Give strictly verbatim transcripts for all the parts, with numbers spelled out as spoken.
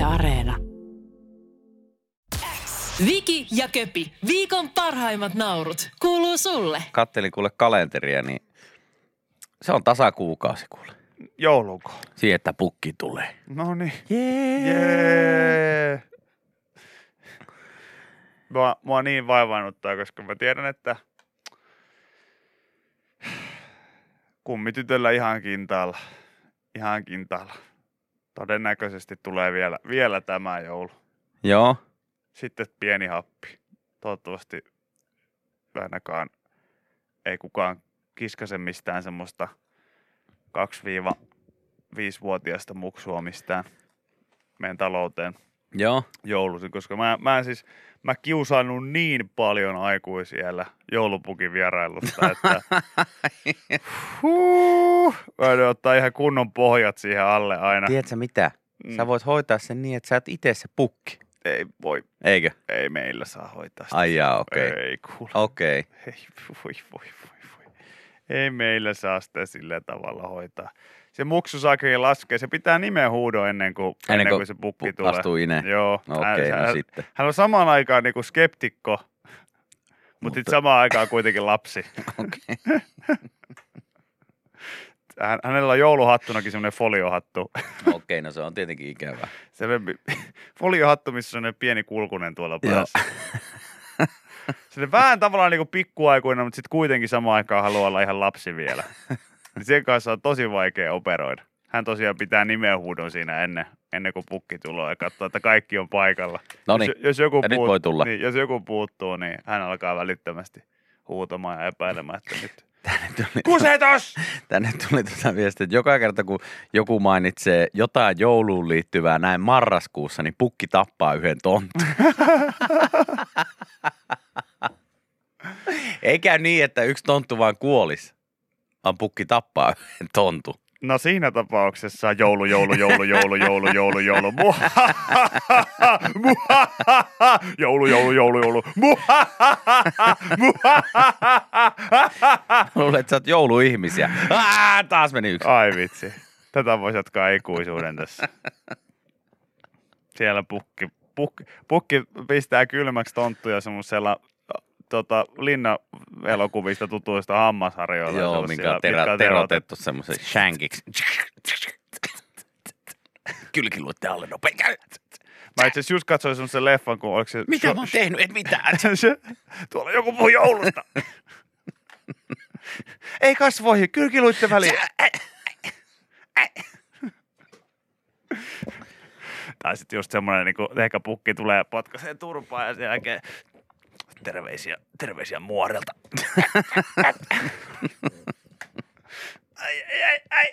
Areena. Viki ja Köpi, viikon parhaimmat naurut, kuuluu sulle. Kattelin kuule kalenteria, niin se on tasakuukausi kuule. Jouluko? Siihen, että pukki tulee. No niin. Jee. Jee. Mua, mua niin vaivannuttaa, koska mä tiedän, että kummitytöllä ihan kintaalla. Ihan kintaalla. Todennäköisesti tulee vielä, vielä tämä joulu. Joo. Sitten pieni happi. Toivottavasti ainakaan ei kukaan kiskase mistään semmoista kaksi-viisi-vuotiaista muksua mistään meidän talouteen Joo. joulusi, koska mä, mä siis, mä kiusannut niin paljon aikuisiellä joulupukin vierailusta, että huh, mä ottaa ihan kunnon pohjat siihen alle aina. Tiedätkö mitä? Sä voit hoitaa sen niin, että sä oot itse se pukki. Ei voi. Eikö? Ei meillä saa hoitaa sitä. Ai jaa, okei. Ei kuule. Okei. Ei, voi, voi, voi, voi. Ei meillä saa sitä sillä tavalla hoitaa. Se muksu saakin laskee. Se pitää nimen huudon ennen kuin, ennen Ennen kuin, kuin se pukki pu- tulee. astuu ineen. Joo. No okei, hän, no hän, sitten. hän on samaan aikaan niin kuin skeptikko, mutta, mutta sitten samaan aikaan kuitenkin lapsi. Okei. Hän, hänellä on jouluhattunakin semmoinen foliohattu. Okei, no se on tietenkin ikävää. Sellainen foliohattu, missä on semmoinen pieni kulkunen tuolla päässä. Se vähän tavallaan niin kuin pikkuaikuinen, mutta sitten kuitenkin samaan aikaan haluaa olla ihan lapsi vielä. Sen kanssa on tosi vaikea operoida. Hän tosiaan pitää nimenhuudon siinä ennen, ennen kuin pukki tulee ja katsoo, että kaikki on paikalla. Noniin, jos, jos, joku ja nyt voi tulla. Niin, jos joku puuttuu, niin hän alkaa välittömästi huutamaan ja epäilemään, että nyt Tänne tuli, kusetos! tänne tuli tuota viestiä, että joka kerta kun joku mainitsee jotain jouluun liittyvää näin marraskuussa, niin pukki tappaa yhden tontun. Ei käy niin, että yksi tonttu vaan kuolisi, vaan pukki tappaa yhden tontun. No siinä tapauksessa joulu, joulu, joulu, joulu, joulu, joulu, joulu, joulu, joulu, joulu, joulu, Luulen, että sä oot jouluihmisiä. Aa, taas meni yksi. Ai vitsi. Tätä voisi jatkaa ikuisuuden tässä. Siellä pukki, pukki, pukki pistää kylmäksi tonttuja semmoisella tota, linna-elokuvista tutuista hammasharjoilla. Joo, minkä on terä, terotettu semmoisen shankiksi. Kylkiluitte alle nopein. Mä itse asiassa just katsoin semmoisen leffan, kun oliko se... Mitä mä oon tehnyt? Et mitään. se, tuolla joku puhuu joulusta. Ei kasvoihin, kylkiluitte väliin. Tai sitten just semmoinen, niin kuin ehkä pukki tulee potkaseen turpaan ja sen jälkeen terveisiä, terveisiä muorelta. ai, ai, ai, ai.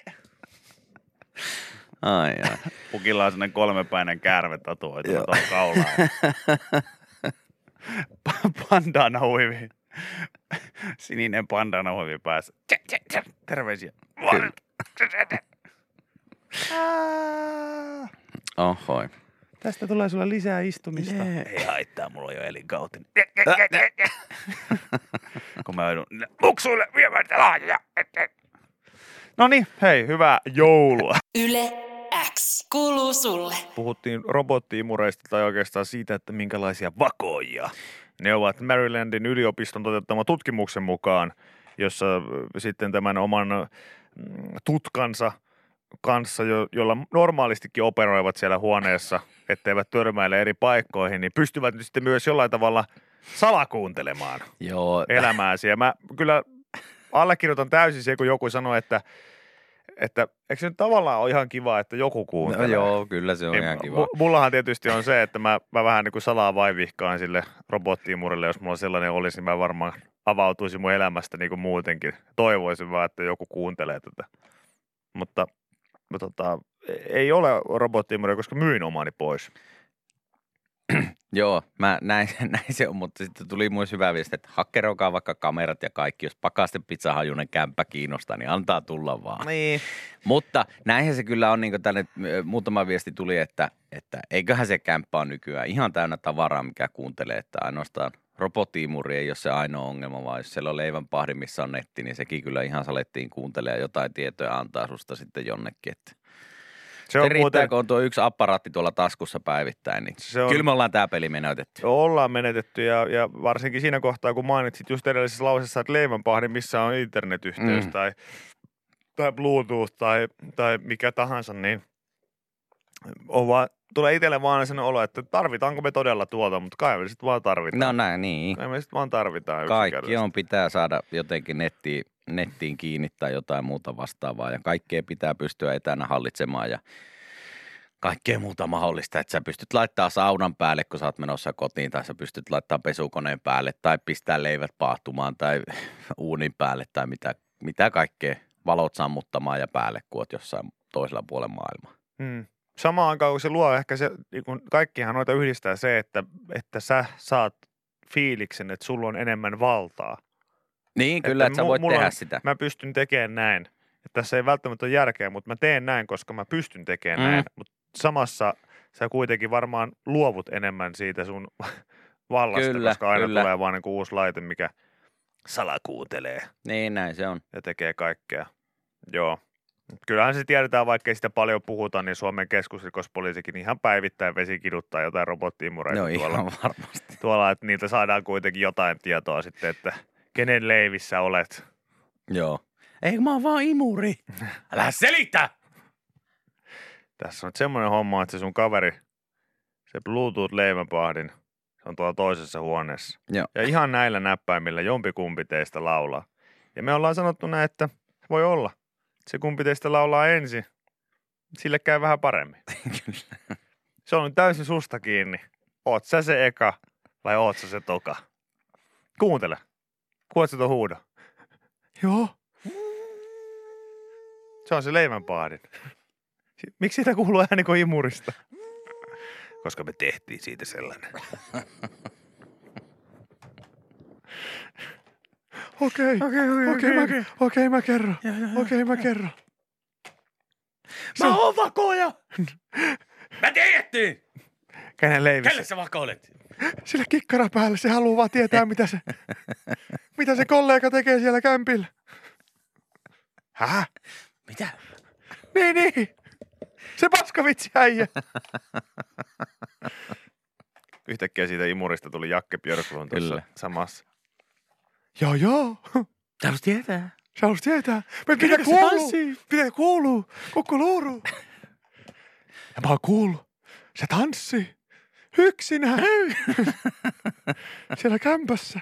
Ai, ai. Pukilla on sellainen kolmepäinen käärme tatuoitu tuolla kaulaan. Bandana huivi. Sininen bandana huivi päässä. Terveisiä. Muorelta. Ohoi. Tästä tulee sulle lisää istumista. Yeah. Ei haittaa, mulla on jo elinkautinen. Kun mä joudun muksuille viemään tätä lahjoja. No niin, hei, hyvää joulua. Yle X kuuluu sulle. Puhuttiin robottiimureista tai oikeastaan siitä, että minkälaisia vakoja ne ovat Marylandin yliopiston toteuttama tutkimuksen mukaan, jossa sitten tämän oman tutkansa kanssa, jo, jolla normaalistikin operoivat siellä huoneessa, etteivät törmäile eri paikkoihin, niin pystyvät nyt sitten myös jollain tavalla salakuuntelemaan Joo. elämääsi. Ja mä kyllä allekirjoitan täysin se, kun joku sanoi, että, että eikö se nyt tavallaan ole ihan kiva, että joku kuuntelee. No joo, kyllä se on Niin, ihan kiva. Mullahan tietysti on se, että mä, mä vähän niin kuin salaa vaivihkaan sille robottiimurille, jos mulla sellainen olisi, niin mä varmaan avautuisin mun elämästä niin kuin muutenkin. Toivoisin vaan, että joku kuuntelee tätä. Mutta Tota, ei ole robottiimuria, koska myin omani pois. Joo, mä näin, näin se on, mutta sitten tuli myös hyvä viesti, että hakkeroikaa vaikka kamerat ja kaikki, jos pakastepizzahajuinen kämppä kiinnostaa, niin antaa tulla vaan. Niin. Mutta näinhän se kyllä on, niin kuin tänne muutama viesti tuli, että, että eiköhän se kämppä on nykyään ihan täynnä tavaraa, mikä kuuntelee, että ainoastaan robottiimuri ei ole se ainoa ongelma, vaan jos siellä on leivänpahdi, missä on netti, niin sekin kyllä ihan salettiin kuuntelee ja jotain tietoja antaa susta sitten jonnekin, että Se, on se riittää, muuten, kun on tuo yksi apparaatti tuolla taskussa päivittäin, niin on, kyllä me ollaan tämä peli menetetty. Ollaan menetetty ja, ja varsinkin siinä kohtaa, kun mainitsit just edellisessä lauseessa, että leivänpahdi, missä on internetyhteys mm. tai, tai Bluetooth tai, tai mikä tahansa, niin on vaan, tulee itselle vaan sen olo, että tarvitaanko me todella tuota, mutta kai me sitten vaan tarvitaan. No näin, niin. Kai me sitten vaan tarvitaan. Kaikki on, pitää saada jotenkin nettiin, nettiin kiinni tai jotain muuta vastaavaa ja kaikkea pitää pystyä etänä hallitsemaan ja kaikkea muuta mahdollista, että sä pystyt laittaa saunan päälle, kun sä oot menossa kotiin tai sä pystyt laittaa pesukoneen päälle tai pistää leivät paahtumaan tai uunin päälle tai mitä, mitä kaikkea valot sammuttamaan ja päälle, kun oot jossain toisella puolella maailmaa. Hmm. Samaan aikaan, kun se luo ehkä se, kun kaikkihan noita yhdistää se, että, että sä saat fiiliksen, että sulla on enemmän valtaa. Niin, kyllä, että, että sä voit tehdä on, sitä. Mä pystyn tekemään näin. Että tässä ei välttämättä ole järkeä, mutta mä teen näin, koska mä pystyn tekemään mm. näin. Mutta samassa sä kuitenkin varmaan luovut enemmän siitä sun vallasta, kyllä, koska aina kyllä. tulee vaan niin kuin uusi laite, mikä salakuuntelee. Niin, näin se on. Ja tekee kaikkea. Joo. Kyllähän se tiedetään, vaikka ei sitä paljon puhuta, niin Suomen keskusrikospoliisikin ihan päivittäin vesikiduttaa jotain robottiimureita no, tuolla. ihan varmasti. Tuolla, että niiltä saadaan kuitenkin jotain tietoa sitten, että kenen leivissä olet. Joo. Ei, mä oon vaan imuri. Älä selitä! Tässä on semmoinen homma, että se sun kaveri, se Bluetooth-leivänpahdin, se on tuolla toisessa huoneessa. Joo. Ja ihan näillä näppäimillä jompikumpi teistä laulaa. Ja me ollaan sanottu näin, että voi olla. Se kumpi teistä laulaa ensin, sille käy vähän paremmin. Se on täysin susta kiinni. Oot sä se eka vai oot sä se toka? Kuuntele. Kuulet sä ton huudon? Joo. Se on se leivänpahdin. Miksi siitä kuuluu ääni kuin imurista? Koska me tehtiin siitä sellainen. Okei, okei, okei, okei, okei, mä kerron, okei, mä kerron. Mä oon vakoja! Mä tiedettiin! Kenen leivissä? Kelle sä vakoilet? Sille kikkara päälle, se haluaa vaan tietää, mitä se, mitä se kollega tekee siellä kämpillä. Häh? Mitä? Niin, niin. Se paskavitsi äijä. Yhtäkkiä siitä imurista tuli Jakke Björklund tuossa samassa. Joo, joo. Sä halus tietää. Sä halus tietää. Me pitää kuuluu. Pitää kuuluu. Kukku luuruu. Ja mä oon kuullut. Se tanssii. Yksinään. Siellä kämpässä.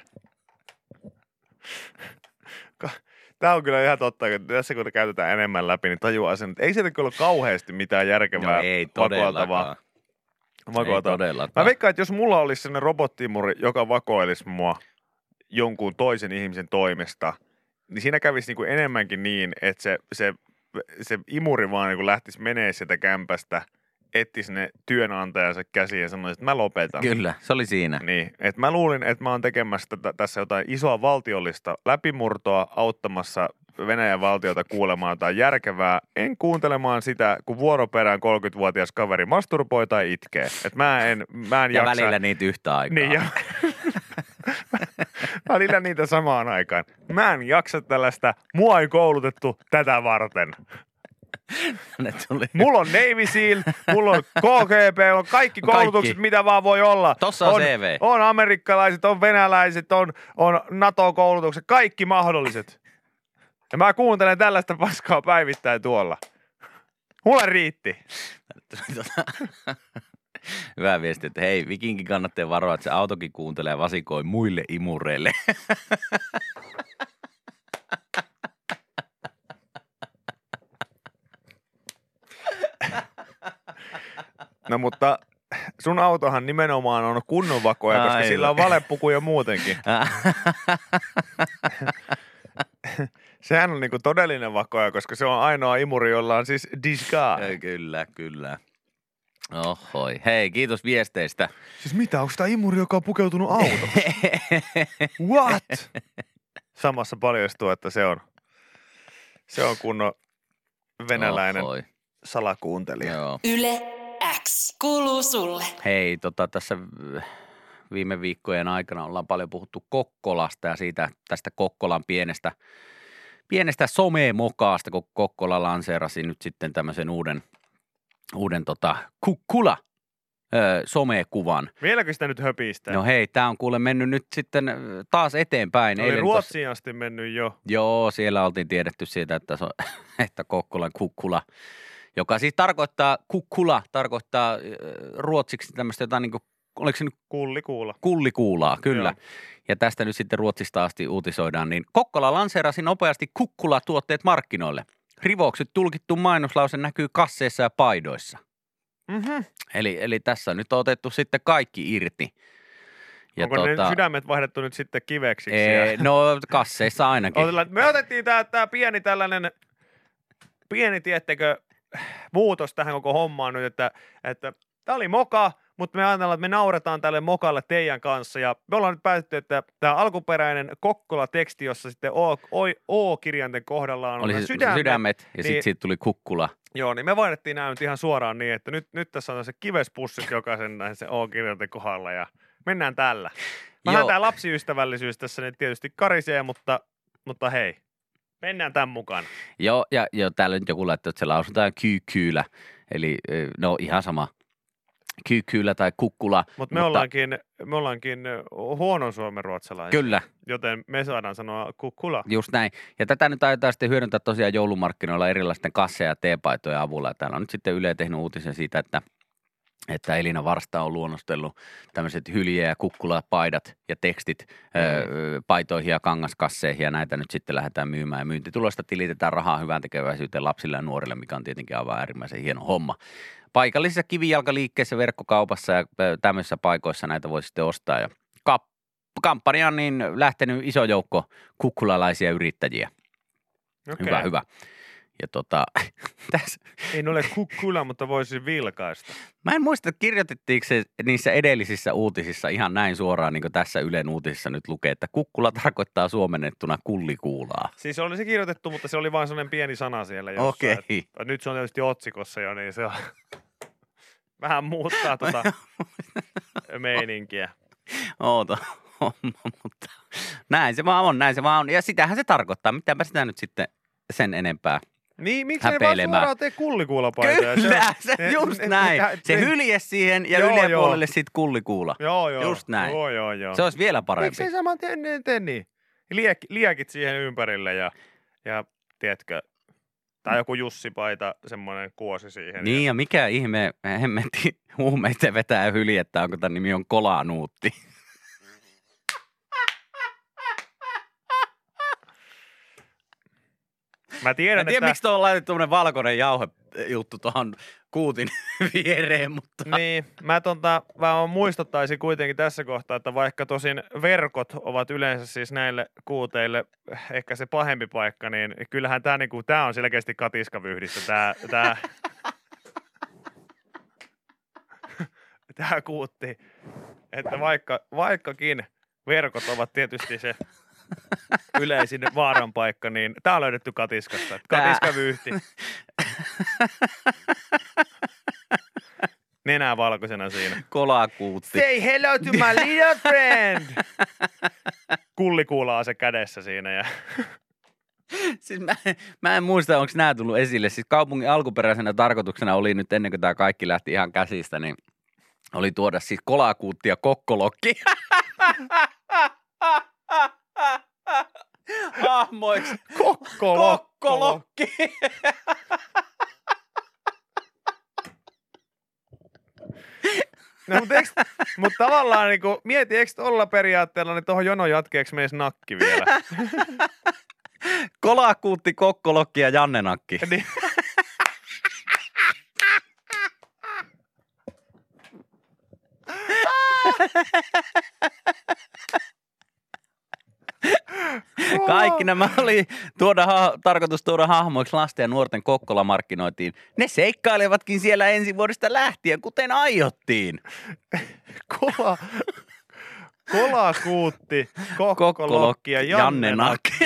Tää on kyllä ihan totta, että tässä kun käytetään enemmän läpi, niin tajuaa sen, että ei sieltä kyllä ole kauheasti mitään järkevää no, ei todellakaan. Ei todellakaan. Mä veikkaan, että jos mulla olisi sellainen robottimuri, joka vakoilisi mua jonkun toisen ihmisen toimesta, niin siinä kävisi niinku enemmänkin niin, että se, se, se imuri vaan niinku lähtisi menee sieltä kämpästä, etsisi ne työnantajansa käsiin ja sanoisi, että mä lopetan. Kyllä, se oli siinä. Niin, että mä luulin, että mä oon tekemässä t- tässä jotain isoa valtiollista läpimurtoa auttamassa Venäjän valtiota kuulemaan jotain järkevää, en kuuntelemaan sitä, kun vuoroperään kolmekymmentävuotias kaveri masturboi tai itkee. Että mä en, mä en ja jaksa. välillä niitä yhtä aikaa. Niin, ja välillä niitä samaan aikaan. Mä en jaksa tällaista, mua ei koulutettu tätä varten. Mulla on Navy Seal, mulla on K G B, on kaikki koulutukset, kaikki. Mitä vaan voi olla. Tossa on, on C V. On amerikkalaiset, on venäläiset, on, on NATO-koulutukset, kaikki mahdolliset. Ja mä kuuntelen tällaista paskaa päivittäin tuolla. Mulla riitti. Hyvä viesti, että hei, vikinkin kannattaa varoa, että se autokin kuuntelee vasikoi muille imureille. No mutta sun autohan nimenomaan on kunnon vakoja, koska aivan. Sillä on valepukuja muutenkin. Sehän on niinku todellinen vakoja, koska se on ainoa imuri, jolla on siis disguise. Kyllä, kyllä. Ohoi. Hei, kiitos viesteistä. Siis mitä, onko tämä imuri, joka on pukeutunut autoksi? What? Samassa paljastuu, että se on, se on kunnon venäläinen Ohoi. Salakuuntelija. Joo. Yle X kuuluu sulle. Hei, tota tässä viime viikkojen aikana ollaan paljon puhuttu Kokkolasta ja siitä tästä Kokkolan pienestä, pienestä somemokaasta, kun Kokkola lanseerasi nyt sitten tämmöisen uuden, uuden tota, kukkula ö, somekuvan. Vieläkö sitä nyt höpistää? No hei, tää on kuule mennyt nyt sitten taas eteenpäin. Se oli Eilen Ruotsiin asti mennyt jo. Joo, siellä oltiin tiedetty siitä, että, se on, että Kokkolan kukkula, joka siis tarkoittaa, kukkula tarkoittaa äh, ruotsiksi tämmöistä jotain niin kuin, oliko se nyt Kullikuula. kullikuulaa, kyllä. Joo. Ja tästä nyt sitten Ruotsista asti uutisoidaan, niin Kokkola lanseerasi nopeasti kukkulatuotteet markkinoille. Rivoukset tulkittu mainoslause näkyy kasseissa ja paidoissa. Mm-hmm. Eli, eli tässä nyt on otettu sitten kaikki irti. Ja Onko tuota, ne sydämet vaihdettu nyt sitten kiveksiksi? Ee, no kasseissa ainakin. Me otettiin tää, tää pieni tällainen, pieni tiettekö, muutos tähän koko hommaan nyt, että, että tää oli moka, mutta me ajatellaan, että me nauretaan tälle mokalle teidän kanssa. Ja me ollaan nyt päätetty, että tämä alkuperäinen Kokkola-teksti, jossa sitten O, o, O-kirjainten kohdalla on oli siis sydämet, sydämet ja niin, sitten siitä tuli kukkula. Joo, niin me vaihdettiin nämä nyt ihan suoraan niin, että nyt, nyt tässä on se kivespussit jokaisen näin se O-kirjainten kohdalla ja mennään tällä. Vähän tämä lapsiystävällisyys tässä nyt tietysti karisee, mutta, mutta hei, mennään tämän mukaan. Joo, ja jo, täällä nyt joku laittaa, että se lausutaan kyykyylä, eli no ihan sama. Kyykyylä tai kukkula. Mut me mutta ollaankin, me ollaankin huonon suomen ruotsalaisia. Kyllä. Joten me saadaan sanoa kukkula. Just näin. Ja tätä nyt aiotaan sitten hyödyntää tosiaan joulumarkkinoilla erilaisten kasseja ja teepaitojen avulla. Ja täällä on nyt sitten Yle tehnyt uutisen siitä, että että Elina Varsta on luonnostellut tämmöiset hylje- ja kukkulapaidat ja tekstit mm. ö, paitoihin ja kangaskasseihin ja näitä nyt sitten lähdetään myymään. Ja myyntitulosta tilitetään rahaa hyvään tekeväisyyteen lapsille ja nuorille, mikä on tietenkin aivan äärimmäisen hieno homma. Paikallisissa kivijalkaliikkeissä, verkkokaupassa ja tämmöisissä paikoissa näitä voi sitten ostaa. Ja kap- kampanja on niin lähtenyt iso joukko kukkulalaisia yrittäjiä. Okay. Hyvä, hyvä. Ja tota, tässä. Ei ole kukkula, mutta voisi vilkaista. Mä en muista, että kirjoitettiinko se niissä edellisissä uutisissa ihan näin suoraan, niin kuin tässä Ylen uutisissa nyt lukee, että kukkula tarkoittaa suomennettuna kullikuulaa. Siis oli se kirjoitettu, mutta se oli vain sellainen pieni sana siellä jossain. Okei. Okay. Nyt se on tietysti otsikossa jo, niin se on vähän muuttaa tuota meininkiä. Oota, homma, mutta näin se vaan on, näin se vaan on. Ja sitähän se tarkoittaa, mitäpä sitä nyt sitten sen enempää. Niin, miksi ei vaan suoraan tee kullikuulapaitoja? Kyllä, se, se just ne, näin. Ne, se hylje siihen ja yläpuolelle sit kullikuula. Joo, joo. Just näin. Joo, joo, joo. Se olisi vielä parempi. Miksi ei saman tee, tee niin? Liek, liekit siihen ympärille ja, ja tiedätkö, tai joku Jussi-paita, semmoinen kuosi siihen. Niin, ja, ja mikä ihme hemmetti huumeita vetää hyljettä, onko tämän nimi on kolanuutti. Mä tiedän, en tiedä, että miksi tuohon laitettu tuommoinen valkoinen jauhejuttu tuohon kuutin viereen, mutta niin, mä, tonta, mä muistuttaisin kuitenkin tässä kohtaa, että vaikka tosin verkot ovat yleensä siis näille kuuteille ehkä se pahempi paikka, niin kyllähän tää, niinku, tää on selkeästi katiskavyyhdistä, tää, tää, tää kuutti, että vaikka, vaikkakin verkot ovat tietysti se yleisin vaaran paikka, niin tää on löydetty katiskasta. Katiskavyyhti. Nenää valkoisena siinä. Kolakuutti. Say hello to my little friend! Kullikuulaa se kädessä siinä. Ja siis mä, mä en muista, onko nämä tullut esille. Siis kaupungin alkuperäisenä tarkoituksena oli nyt ennen kuin tämä kaikki lähti ihan käsistä, niin oli tuoda siis kolakuutti ja kokkolokki. Hahmoiksi. Kokkolokki. Kokkolokki. No, mutta, eks, mutta tavallaan niin kuin, mieti, eikö tuolla periaatteella niin tuohon jonon jatkeeksi menisi nakki vielä? Kolakuutti, kokkolokki ja Janne nakki. Niin. Kaikki nämä oli tuoda, ha- tarkoitus tuoda hahmoiksi lasten ja nuorten Kokkola-markkinoitiin. Ne seikkailevatkin siellä ensi vuodesta lähtien, kuten aiottiin. Kola, kolakuutti, kokkolokki ja Janne nakki.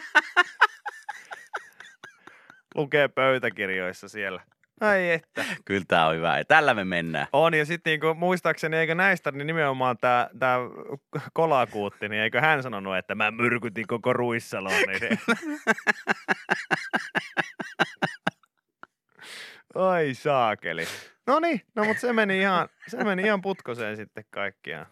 Lukee pöytäkirjoissa siellä. Ai että. Kyllä tää on hyvä. Ja tällä me mennään. On, ja sitten niinku, muistaakseni, eikö näistä, niin nimenomaan tää, tää kolakuutti, niin eikö hän sanonut, että mä myrkytin koko Ruissalon. Niin Ai saakeli. No niin, no mutta se meni ihan, se meni ihan putkoseen sitten kaikkiaan.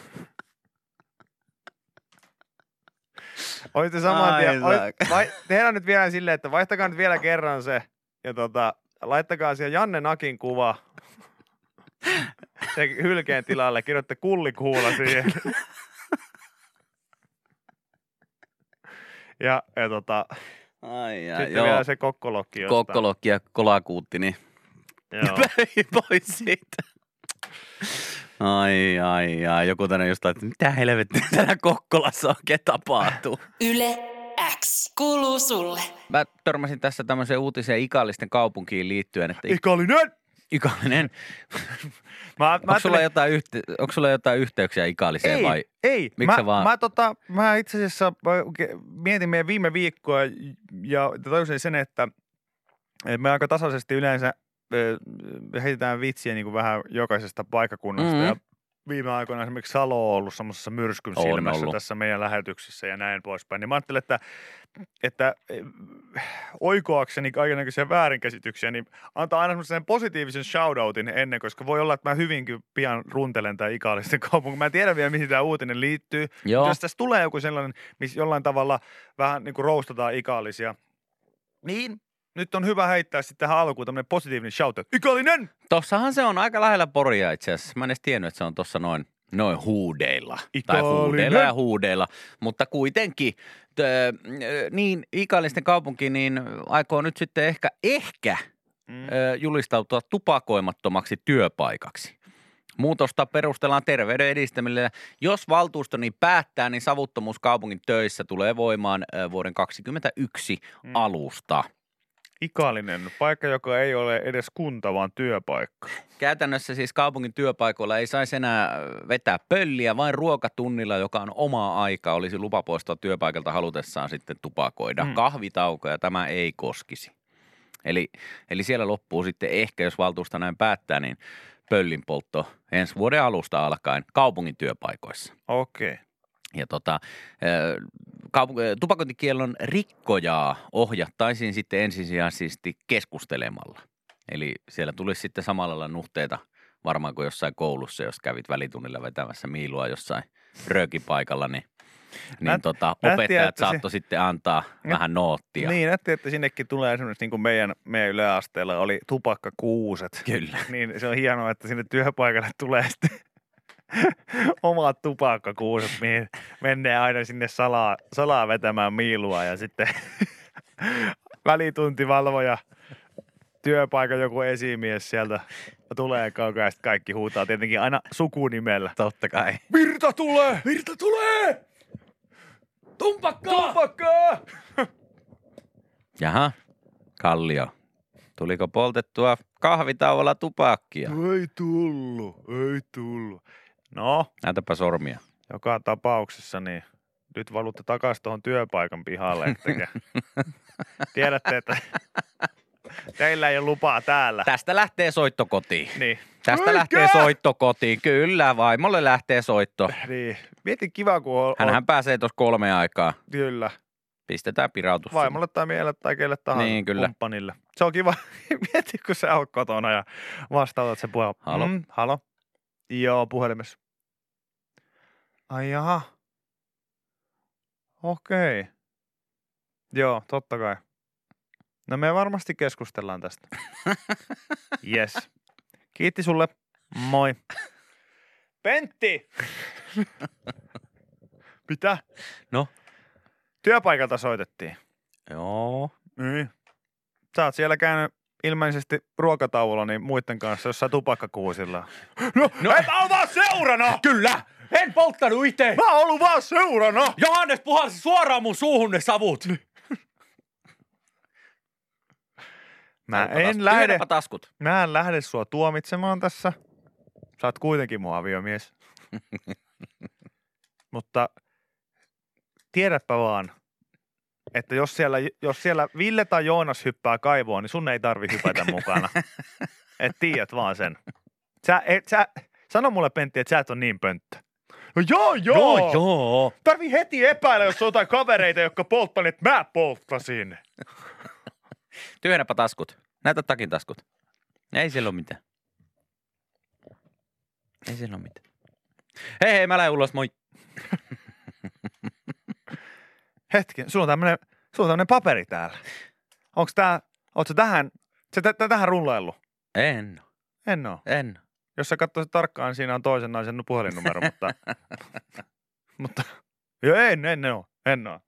Olitte saman tien, olit, vai, tehdään nyt vielä silleen, että vaihtakaa nyt vielä kerran se ja tota, laittakaa siihen Janne Nakin kuva se hylkeen tilalle, kirjoitte kullikuula siihen. Ja, ja tota, Ai, ai, sitten joo. vielä se kokkolokki jostain. Kokkolokki ja kolakuutti, niin Joo. pois siitä. Ai, ai, ai. Joku tänne just että mitä helvettiä täällä Kokkolassa oikein tapahtuu. Yle X kuuluu sulle. Mä törmäsin tässä tämmöiseen uutiseen Ikallisten kaupunkiin liittyen, että Ikallinen! Ikallinen. Mä, mä Onko sulla, jotain yhte, onko sulla jotain yhteyksiä Ikalliseen ei, vai? Ei, Miksi mä, vaan? Mä, tota, mä itse asiassa mietin meidän viime viikkoa ja tajusin sen, että, että me aika tasaisesti yleensä heitetään vitsiä niin kuin vähän jokaisesta paikkakunnasta Mm-hmm. ja viime aikoina esimerkiksi Salo on ollut semmoisessa myrskyn On silmässä ollut. tässä meidän lähetyksissä ja näin poispäin. Niin mä ajattelin, että, että oikoakseni kaikennäköisiä väärinkäsityksiä, niin antaa aina semmoisen positiivisen shoutoutin ennen, koska voi olla, että mä hyvinkin pian runtelen tämän Ikallisten kaupungin. Mä en tiedä vielä, mihin tämä uutinen liittyy. Joo. Jos tässä tulee joku sellainen, missä jollain tavalla vähän niin kuin roustataan Ikallisia, niin nyt on hyvä heittää sitten tähän alkuun tämmöinen positiivinen shoutout. Ikallinen! Tossahan se on aika lähellä Poria itse asiassa. Mä en edes tiennyt, että se on tossa noin, noin huudeilla. Tai Ikallinen. huudeilla ja huudeilla. Mutta kuitenkin, tö, niin Ikallisten kaupunki niin aikoo nyt sitten ehkä, ehkä Mm. ö, julistautua tupakoimattomaksi työpaikaksi. Muutosta perustellaan terveyden edistämillä. Jos valtuusto niin päättää, niin savuttomuus kaupungin töissä tulee voimaan ö, vuoden kaksikymmentäyksi Mm. alusta. Ikallinen, paikka, joka ei ole edes kunta, vaan työpaikka. Käytännössä siis kaupungin työpaikoilla ei saisi enää vetää pölliä, vain ruokatunnilla, joka on oma aika, olisi lupa poistua työpaikalta halutessaan sitten tupakoida. Mm. Kahvitaukoja tämä ei koskisi. Eli, eli siellä loppuu sitten ehkä, jos valtuusto näin päättää, niin pöllin poltto ensi vuoden alusta alkaen kaupungin työpaikoissa. Okei. Okay. Ja tota, kaupung- tupakointikiellon rikkojaa ohjattaisiin sitten ensisijaisesti keskustelemalla. Eli siellä tulisi sitten samalla lailla nuhteita varmaan kuin jossain koulussa, jos kävit välitunnilla vetämässä miilua jossain röökipaikalla, niin, niin Mä- tota, mä en opettajat tiedä, että se- saattoi sitten antaa vähän noottia. Niin, näytti, että sinnekin tulee esimerkiksi niin kuin meidän, meidän yläasteella oli tupakkakuuset. Kyllä. Niin se on hienoa, että sinne työpaikalle tulee sitten omat tupakkakuuset, mihin mennään aina sinne salaa, salaa vetämään miilua ja sitten välituntivalvoja, työpaikan joku esimies sieltä tulee kaukaa ja sitten kaikki huutaa tietenkin aina sukunimellä. Totta kai. Virta tulee! Virta tulee! Tumpakkaa! Tupakkaa! Jaha, Kallio. Tuliko poltettua kahvitauolla tupakkia? Ei tullu, ei tullu. No, Näytäpä sormia. joka tapauksessa niin nyt valutte takaisin tuohon työpaikan pihalle. Ettekä. Tiedätte, että teillä ei ole lupaa täällä. Tästä lähtee soitto kotiin. Niin. Tästä Eikä! lähtee soitto kotiin. Kyllä, vaimolle lähtee soitto. Niin. Mieti kiva, kun on, on Hänhän pääsee tuossa kolme aikaa. kyllä. Pistetään pirautus. Vaimolle tai miehelle tai kelle tahansa Niin, kyllä. kumppanille. Se on kiva. Mieti, kun sä oot kotona ja vastautat sen puheen. Halo? Mm, halo? Joo, puhelimessa. Ai jaha. Okei. Joo, totta kai. No me varmasti keskustellaan tästä. Yes. Kiitti sulle. Moi. Pentti! Mitä? No? Työpaikalta soitettiin. Joo. Niin. Sä oot siellä käynyt ilmeisesti ruokatauolla niin muiden kanssa jossain tupakkakuusilla. No, no et ole vaan seurana! Kyllä! En polttanut itse! Mä oon ollut vaan seurana! Johannes puhalsi suoraan mun suuhun ne savut! Mä en lähde, Tyhjennäpä taskut. mä en lähde sua tuomitsemaan tässä. Sä oot kuitenkin mun aviomies. Mutta tiedäpä vaan, että jos siellä, jos siellä Ville tai Joonas hyppää kaivoon, niin sun ei tarvi hypätä mukana. Et tiedät vaan sen. Sä, et, sä, sano mulle, Pentti, että sä et ole niin pönttö. No joo, joo. Joo, joo. Tarvii heti epäillä, jos on jotain kavereita, jotka polttaa, että mä polttasin. Tyhjennäpä taskut. Näytä takin taskut. Ei siellä ole mitään. Ei siellä ole mitään. Hei hei, mä lähden ulos, moi. Hetken, sulla on tämmönen, sulla on tämmönen paperi täällä. Onks tää, oot sä tähän, sä tä, tä, tähän rullaillut? En oo. En oo. En oo. Jos sä katsoisit tarkkaan, niin siinä on toisen naisen puhelinnumero, mutta, mutta, joo, en, en oo, en oo.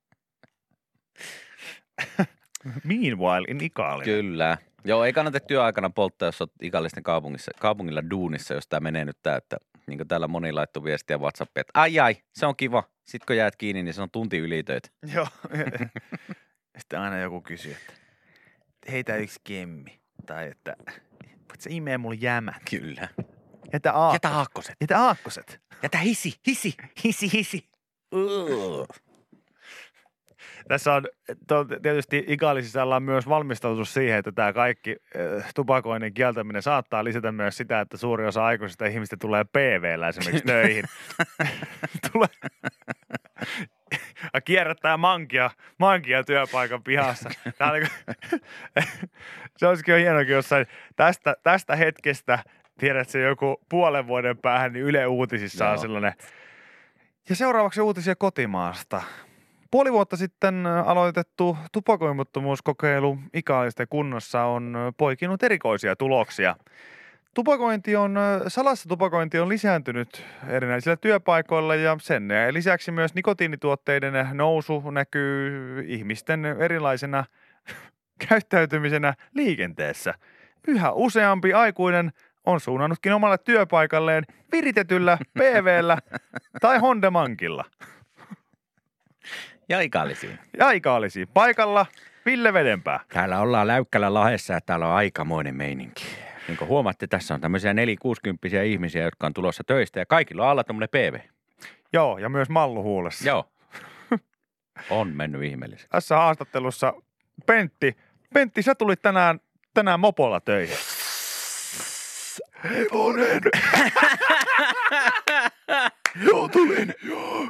Meanwhile in Ikalia. Kyllä. Joo, ei kannata työaikana polttaa, jos olet Ikallisten kaupungissa, kaupungilla duunissa, jos tämä menee nyt tää, että niin kuin täällä moni laittoi viestiä WhatsAppiin, että ai ai, se on kiva. Sitten kun jäät kiinni, niin se on tunti ylitöitä. Joo. Sitten aina joku kysyy, että heitä yksi kemmi. Tai että voit sä imee mulle jämät. Kyllä. Jätä aakkoset. Jätä aakkoset. Jätä aakkoset. Jätä hisi, hisi, hisi, hisi. Uh. Tässä on to, tietysti Ikalisissa ollaan myös valmistautu siihen, että tämä kaikki äh, tupakoinnin kieltäminen saattaa lisätä myös sitä, että suuri osa aikuisista ihmistä tulee P V:llä esimerkiksi töihin. tulee ja kierrättää mankia, mankia työpaikan pihassa. Tää on niin kuin, se olisikin jo hienokin jossain tästä, tästä hetkestä, tiedätkö joku puolen vuoden päähän, niin Yle Uutisissa on sellainen. Ja seuraavaksi uutisia kotimaasta. Puoli vuotta sitten aloitettu tupakoimattomuuskokeilu Ikalisten kunnassa on poikinut erikoisia tuloksia. Tupakointi on, salassa tupakointi on lisääntynyt erinäisillä työpaikoilla ja sen lisäksi myös nikotiinituotteiden nousu näkyy ihmisten erilaisena käyttäytymisenä liikenteessä. Yhä useampi aikuinen on suunnannutkin omalle työpaikalleen viritetyllä P V:llä tai Hondemankilla. Ja Ikallisiin. Ja Ikallisiin. Paikalla Ville Vedenpää. Täällä ollaan Läykkälän Lahdessa ja täällä on aikamoinen meininki. Niin kuin huomaatte, tässä on tämmöisiä nelikuusikymppisiä ihmisiä, jotka on tulossa töistä ja kaikilla on alla tämmöinen P V. Joo, ja myös Mallu huulessa. Joo. On mennyt ihmeellisesti. Tässä haastattelussa Pentti. Pentti, sä tulit tänään, tänään mopolla töihin. Hevonen. Joo, tulin. Joo.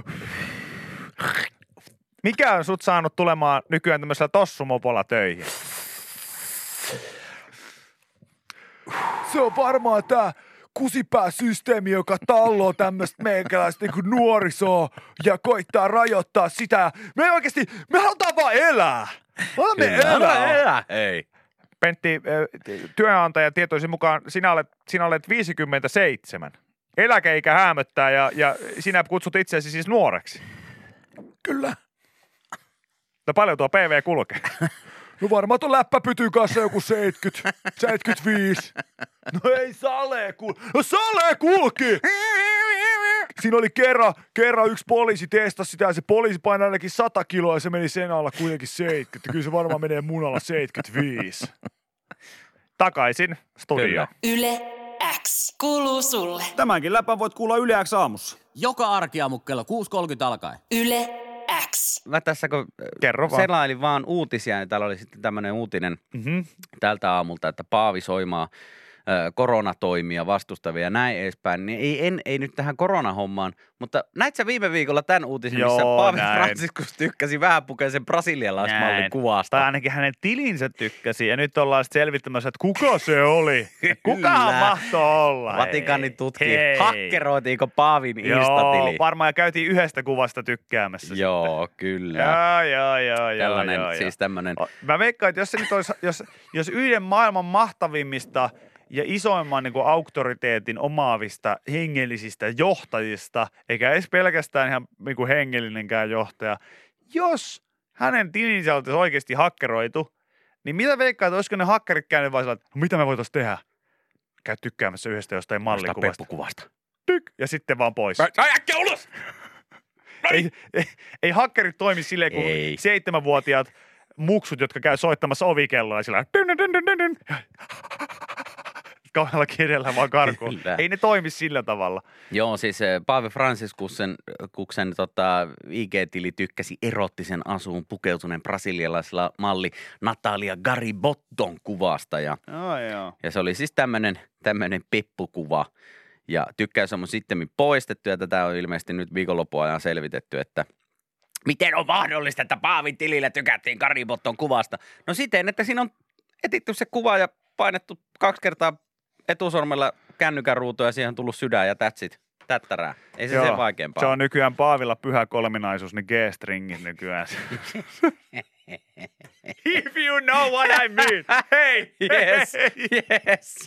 Mikä on sut saanut tulemaan nykyään tämmöisellä tossumopolla töihin? Se on varmaan tää kusipääsysteemi, joka talloo tämmöistä meikäläistä niin nuorisoa ja koittaa rajoittaa sitä. Me oikeasti, me halutaan vaan elää. Me elää. elää. Ei. Pentti, työnantaja tietoisin mukaan sinä olet, sinä olet viisikymmentäseitsemän. Eläkeikä häämöttää ja, ja sinä kutsut itseäsi siis nuoreksi. Kyllä. No paljon tuo P V kulkee? No varmaan tuon läppäpytyn kanssa joku seitsemänkymmentä, seitsemänkymmentäviisi. No ei Sale kulki. No Sale kulki! Siinä oli kerran, kerran yksi poliisi testasi sitä ja se poliisi painaa ainakin sata kiloa ja se meni sen alla kuitenkin seitsemänkymmentä. Kyllä se varmaan menee mun alla seitsemänkymmentäviisi. Takaisin studioon. Yle X kuuluu sulle. Tämänkin läpän voit kuulla Yle X aamussa. Joka arkiaamu kello kuusi kolmekymmentä alkaen. Yle X. Mä tässä kun Kerro vaan. selailin vaan uutisia, niin täällä oli sitten tämmöinen uutinen Mm-hmm. tältä aamulta, että Paavi Soimaa ö, koronatoimia vastustavia ja näin edespäin. Niin ei, en, ei nyt tähän koronahommaan, mutta näit sä viime viikolla tämän uutisen, Joo, missä Paavi näin. Franciscus tykkäsi vähäpukeisen brasilialaismallin Näin. kuvasta. Tai ainakin hänen tilinsä tykkäsi ja nyt ollaan sitten selvittämässä, että kuka se oli. Kukahan mahtoi olla. Vatikaani tutkii, Hei. hakkeroitiinko Paavin Joo, instatili. varmaan ja käytiin yhdestä kuvasta tykkäämässä. Joo, kyllä. Joo, joo, joo, joo. Tällainen, joo, siis tämmöinen. joo. Mä veikkaan, että jos se nyt olisi, jos, jos yhden maailman mahtavimmista ja isoimman niin kuin auktoriteetin omaavista hengellisistä johtajista, eikä edes pelkästään ihan niin kuin hengellinenkään johtaja, jos hänen tilinsä olisi oikeasti hakkeroitu, niin mitä veikkaa, että olisiko ne hakkerit käynyt vaan sellainen, että no mitä me voitaisiin tehdä? Käy tykkäämässä yhdestä jostain mallikuvasta. Peppukuvasta. Tyk, ja sitten vaan pois. Äkkiä ulos! Ei, ei, ei hakkerit toimi silleen, kun Ei. seitsemänvuotiaat muksut, jotka käy soittamassa ovikelloa ja sillä dyn, dyn, dyn, dyn, dyn. Kauhealla kielellä vaan karkuun. Kyllä. Ei ne toimi sillä tavalla. Joo, siis eh, Paavi Franciscuksen kuksen, tota, I G-tili tykkäsi erottisen asuun pukeutuneen brasilialaisella malli Natalia Garibotton kuvasta. Ja, Oh, joo. ja se oli siis tämmöinen tämmöinen peppukuva. Ja tykkäys on mun sittemmin poistettu ja tätä on ilmeisesti nyt viikonlopun ajan selvitetty, että miten on mahdollista, että Paavin tilillä tykättiin Garibotton kuvasta. No siten, että siinä on etitty se kuva ja painettu kaksi kertaa etusormella kännykän ruutu ja siihen on tullut sydän ja that's it. Tättärää. Ei se Joo, sen vaikeampaa. Se on nykyään Paavilla pyhä kolminaisuus, niin G-stringit nykyään. If you know what I mean. Hei! Yes, yes.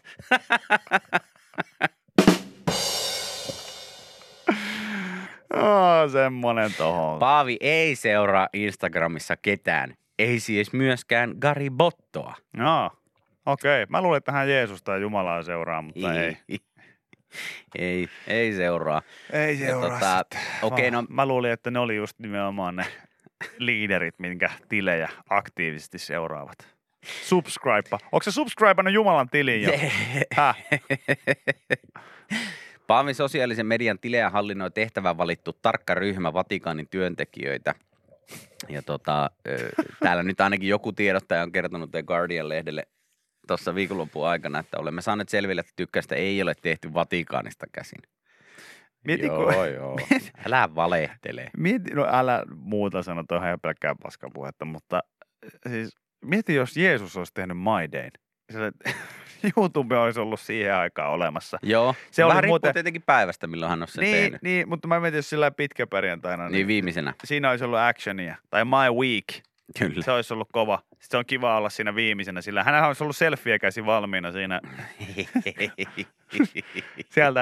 Oh, semmonen tohon. Paavi ei seuraa Instagramissa ketään. Ei siis myöskään Gary Bottoa. No, okei. Okay. Mä luulin, että hän Jeesusta ja Jumalaa seuraa, mutta ei. ei, ei seuraa. Ei Ja seuraa tota, sitten. okei, Oh, no- Mä luulin, että ne oli just nimenomaan ne liiderit, minkä tilejä aktiivisesti seuraavat. Subscribe. Onko se subscribannut Jumalan tiliin jo? Häh? Paavin sosiaalisen median tilejä hallinnoi tehtävään valittu tarkka ryhmä Vatikaanin työntekijöitä. Ja tota, ö, täällä nyt ainakin joku tiedottaja on kertonut The Guardian-lehdelle tuossa viikonlopun aikana, että olemme saaneet selville, että tykkäystä ei ole tehty Vatikaanista käsin. Mieti, joo, kun- joo. Älä valehtele. Mieti, no älä muuta sano, toi on ihan pelkkää paskapuhetta, mutta siis mieti, jos Jeesus olisi tehnyt My Dayn. Sille, YouTube olisi ollut siihen aikaan olemassa. Joo, Se se oli vähän riippuu muuten- tietenkin päivästä, milloin hän on sen Niin, tehnyt. niin, mutta mä mietin, jos sillä pitkä perjantaina, niin, Niin viimeisenä, siinä olisi ollut actionia. Tai My Week. kyllä. Se olisi ollut kova. Sitten se on kiva olla siinä viimeisenä, sillä hänellä olisi ollut selfie käsi valmiina siinä sieltä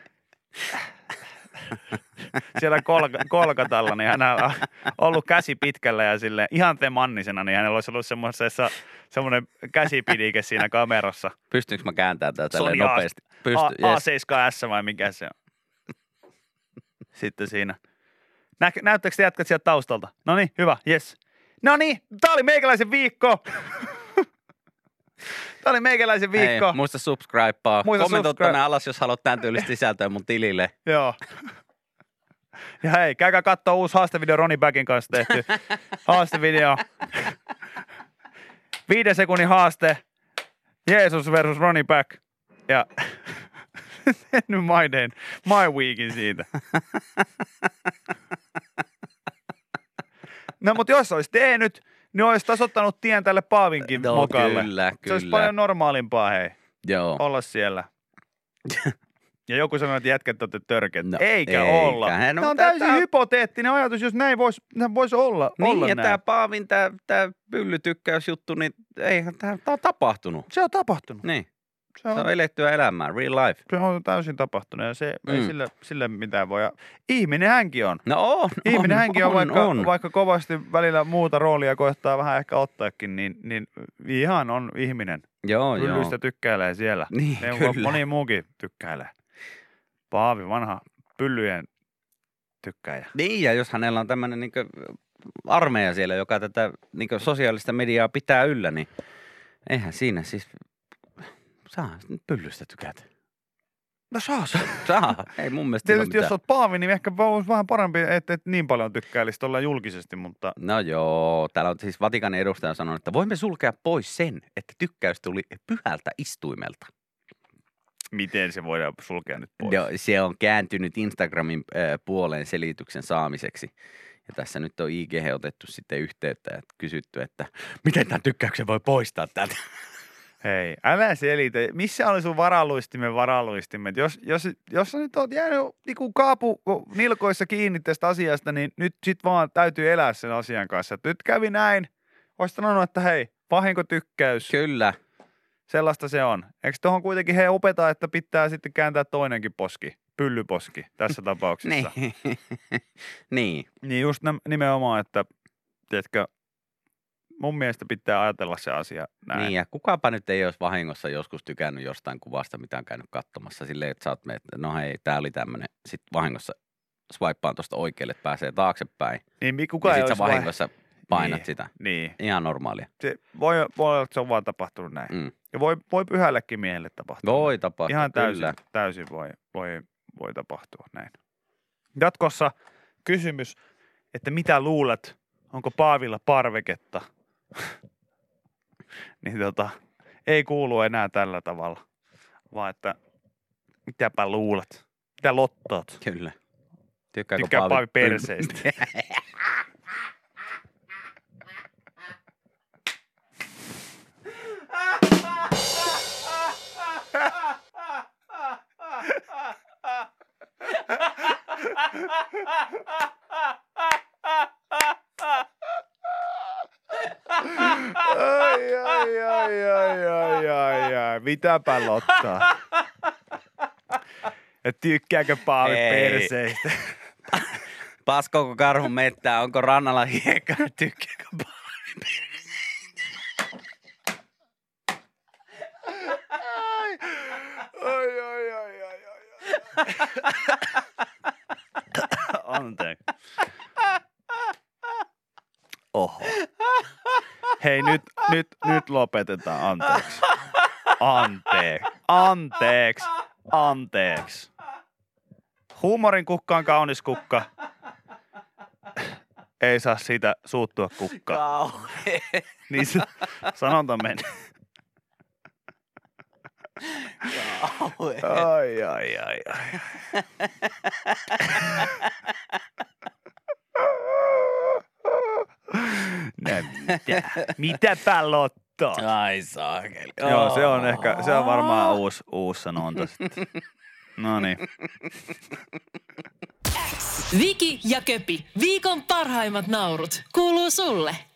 siellä kolka, kolkatalla, niin hänellä on ollut käsi pitkällä ja sille ihan temannisena, niin hänellä olisi ollut semmoisessa semmoinen käsipidike siinä kamerassa. Pystynkö mä kääntämään tätä Sony tälleen nopeasti? Pysty, A- yes. A seitsemän S vai mikä se on? Sitten siinä. Nä, näyttääkö te jätkät sieltä taustalta? No niin, hyvä, yes. No niin, tää oli meikäläisen viikko. Tää oli meikäläisen viikko. Hei, muista subscribea. Muista Kommentoi subscribe. tonne alas, jos haluat tämän tyylistä sisältöä mun tilille. Joo. Ja hei, käykää katsoa uusi haastevideo Ronnie Backin kanssa tehty. Haastevideo. Viiden sekunnin haaste. Jeesus versus Ronnie Back. Ja tehnyt My Dayn, My Weekin siitä. No mutta jos olisi tehnyt, niin olisi tasoittanut tien tälle Paavinkin No, mokalle. kyllä, Se olisi kyllä. paljon normaalimpaa, hei, Joo. olla siellä. Ja joku sanoi, että jätkät olette törkeät. No, eikä, eikä. olla. Hei, no, Tämä on tää- täysin tää- hypoteettinen ajatus, jos näin voisi vois olla, Niin, olla ja näin. tämä Paavin, tämä tää pyllytykkäysjuttu, niin eihän tämä on tapahtunut. Se on tapahtunut. Niin, Se se on, on elettyä elämää, real life. se on täysin tapahtunut ja se mm. ei Mm. sille, sille mitään voi. Ja ihminen hänkin on. No on, Ihminen on, hänkin on, on, vaikka, on. vaikka kovasti välillä muuta roolia koettaa vähän ehkä ottaakin, niin, niin ihan on ihminen. Joo, joo. Pyllyistä tykkäilee siellä. Niin, Ne kyllä. Moni muukin tykkäilee. Paavi, vanha pyllyjen tykkäjä. Niin, ja jos hänellä on tämmöinen niin armeija siellä, joka tätä niin sosiaalista mediaa pitää yllä, niin eihän siinä siis saa nyt pyllystä tykätä. No saa se. Saa, ei mun mielestä sillä ole Tietysti jos mitään. olet Paavi, niin ehkä olisi vähän parempi, että et niin paljon tykkäilisi olla julkisesti, mutta No joo, täällä on siis Vatikanin edustaja sanonut, että voimme sulkea pois sen, että tykkäys tuli pyhältä istuimelta. miten se voidaan sulkea nyt pois? No, se on kääntynyt Instagramin äh, puoleen selityksen saamiseksi. Ja tässä nyt on I G otettu sitten yhteyttä ja kysytty, että miten tämän tykkäyksen voi poistaa täältä. Hei, älä selitä. Missä oli sun varalluistimen varalluistimet? Jos, jos, jos sä nyt oot jäänyt niinku kaapu nilkoissa kiinni tästä asiasta, niin nyt sit vaan täytyy elää sen asian kanssa. Nyt kävi näin. Oisit sanonut, että hei, vahinkotykkäys. Kyllä. Sellaista se on. Eikö tuohon kuitenkin he opeta, että pitää sitten kääntää toinenkin poski, pyllyposki tässä tapauksessa. Niin. niin. Niin just nimenomaan, että tiedätkö, mun mielestä pitää ajatella se asia näin. Niin, ja kukaapa nyt ei olisi vahingossa joskus tykännyt jostain kuvasta, mitä on käynyt katsomassa silleen, että sä oot me, että no hei, tää oli tämmönen. Sitten vahingossa swipaan tuosta oikealle, että pääsee taaksepäin. Niin mi- kuka Ja ei sit sä olisi vai- vahingossa painat niin, sitä. Niin. Ihan normaalia. Se voi, voi olla, että se on vaan tapahtunut näin. Mm. Ja voi, voi pyhällekin miehelle tapahtua. Voi tapahtua, Ihan täysin, kyllä. täysin voi, voi, voi tapahtua näin. Jatkossa kysymys, että mitä luulet, onko Paavilla parveketta? niin tota, ei kuulu enää tällä tavalla, vaan että mitäpä luulet, mitä lottoot? Kyllä. Tykkääkö Tykkää Paavi Paavi perseistä. Ai, ai, ai, ai, ai, ai, ai. Mitäpä Lotta? Et tykkääkö Paavi Ei. perseistä? Paskooko karhun mettää? Onko rannalla hiekkaa? Tykkääkö Paavi Ai, ai, ai, ai, ai. Anteeksi. Oho. Hei, nyt, nyt, nyt lopetetaan. Anteeksi. Anteeksi. Anteeksi. Anteeksi. Huumorin kukka on kaunis kukka. Ei saa siitä suuttua kukkaa. Kauhea. Niin se sanonta meni. Kauhea. Ai, ai, ai, ai. No mitä? Mitäpä Lotto? Ai saakeli. Joo, se on ehkä, se on varmaan uusi, uusi sanonta sitten. No niin. Viki ja Köpi, viikon parhaimmat naurut, kuuluu sulle.